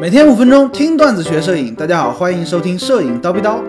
每天5分钟听段子学摄影，大家好，欢迎收听摄影叨逼叨。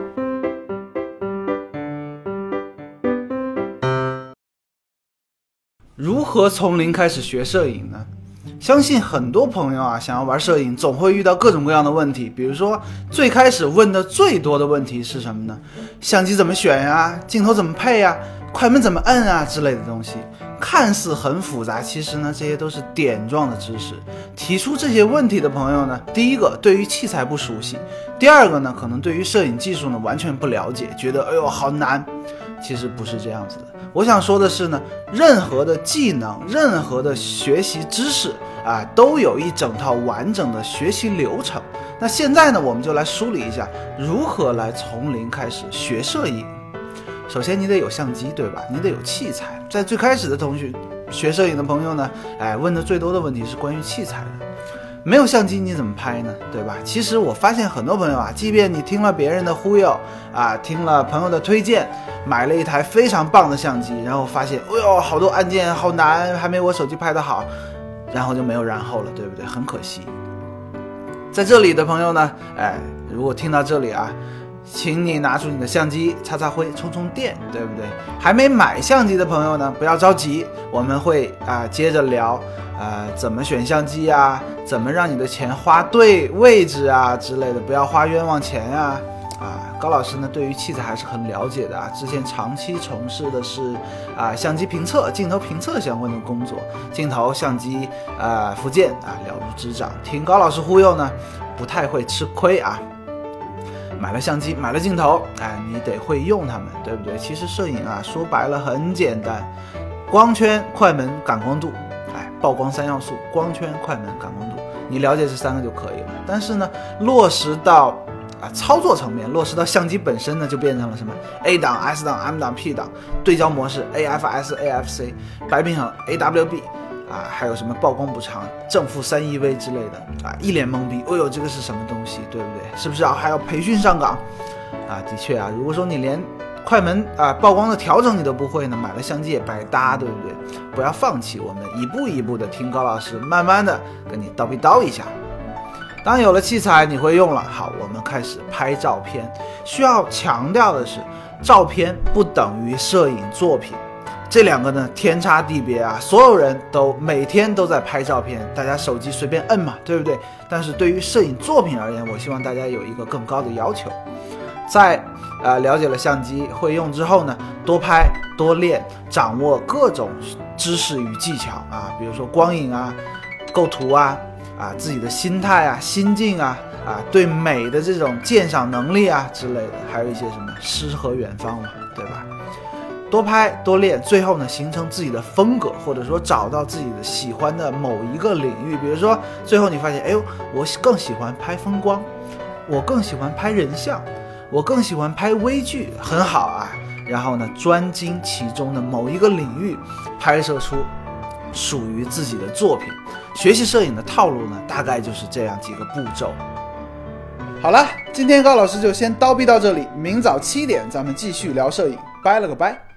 如何从零开始学摄影呢？相信很多朋友想要玩摄影总会遇到各种各样的问题，比如说最开始问的最多的问题是什么呢？相机怎么选呀？镜头怎么配呀？快门怎么摁啊之类的东西，看似很复杂，其实呢这些都是点状的知识。提出这些问题的朋友呢，第一个对于器材不熟悉，第二个呢可能对于摄影技术呢完全不了解，觉得哎呦好难。其实不是这样子的。我想说的是呢，任何的技能，任何的学习知识都有一整套完整的学习流程。那现在呢，我们就来梳理一下如何来从零开始学摄影。首先你得有相机，对吧？你得有器材。在最开始的同学学摄影的朋友呢，问的最多的问题是关于器材的。没有相机你怎么拍呢？对吧？其实我发现很多朋友即便你听了别人的忽悠听了朋友的推荐，买了一台非常棒的相机，然后发现哎呦好多按键好难，还没我手机拍得好，然后就没有然后了，对不对？很可惜。在这里的朋友呢，如果听到这里请你拿出你的相机擦擦灰充充电，对不对？还没买相机的朋友呢，不要着急，我们会接着聊怎么选相机怎么让你的钱花对位置之类的，不要花冤枉钱高老师呢对于器材还是很了解的之前长期从事的是相机评测、镜头评测相关的工作，镜头、相机附件了如指掌。听高老师忽悠呢，不太会吃亏买了相机，买了镜头，你得会用它们，对不对？其实摄影说白了很简单，光圈、快门、感光度，曝光3要素：光圈、快门、感光度。你了解这3个就可以了。但是呢，落实到操作层面，落实到相机本身呢，就变成了什么 A 档、S 档、M 档、P 档，对焦模式 AFS、AFC， 白平衡 AWB。还有什么曝光补偿、正负3EV 之类的一脸懵逼，这个是什么东西，对不对？是不是还要培训上岗的确如果说你连快门曝光的调整你都不会呢，买了相机也白搭，对不对？不要放弃，我们一步一步的听高老师慢慢的跟你叨逼叨一下。当有了器材你会用了，好，我们开始拍照片。需要强调的是，照片不等于摄影作品，这2个呢天差地别所有人都每天都在拍照片，大家手机随便摁嘛，对不对？但是对于摄影作品而言，我希望大家有一个更高的要求。在了解了相机会用之后呢，多拍多练，掌握各种知识与技巧比如说光影构图自己的心态心境对美的这种鉴赏能力之类的，还有一些什么诗和远方嘛，对吧？多拍多练，最后呢形成自己的风格，或者说找到自己的喜欢的某一个领域。比如说最后你发现我更喜欢拍风光，我更喜欢拍人像，我更喜欢拍微距，很好然后呢专精其中的某一个领域，拍摄出属于自己的作品。学习摄影的套路呢大概就是这样几个步骤。好了，今天高老师就先叨逼到这里，明早7点咱们继续聊摄影，拜了个拜。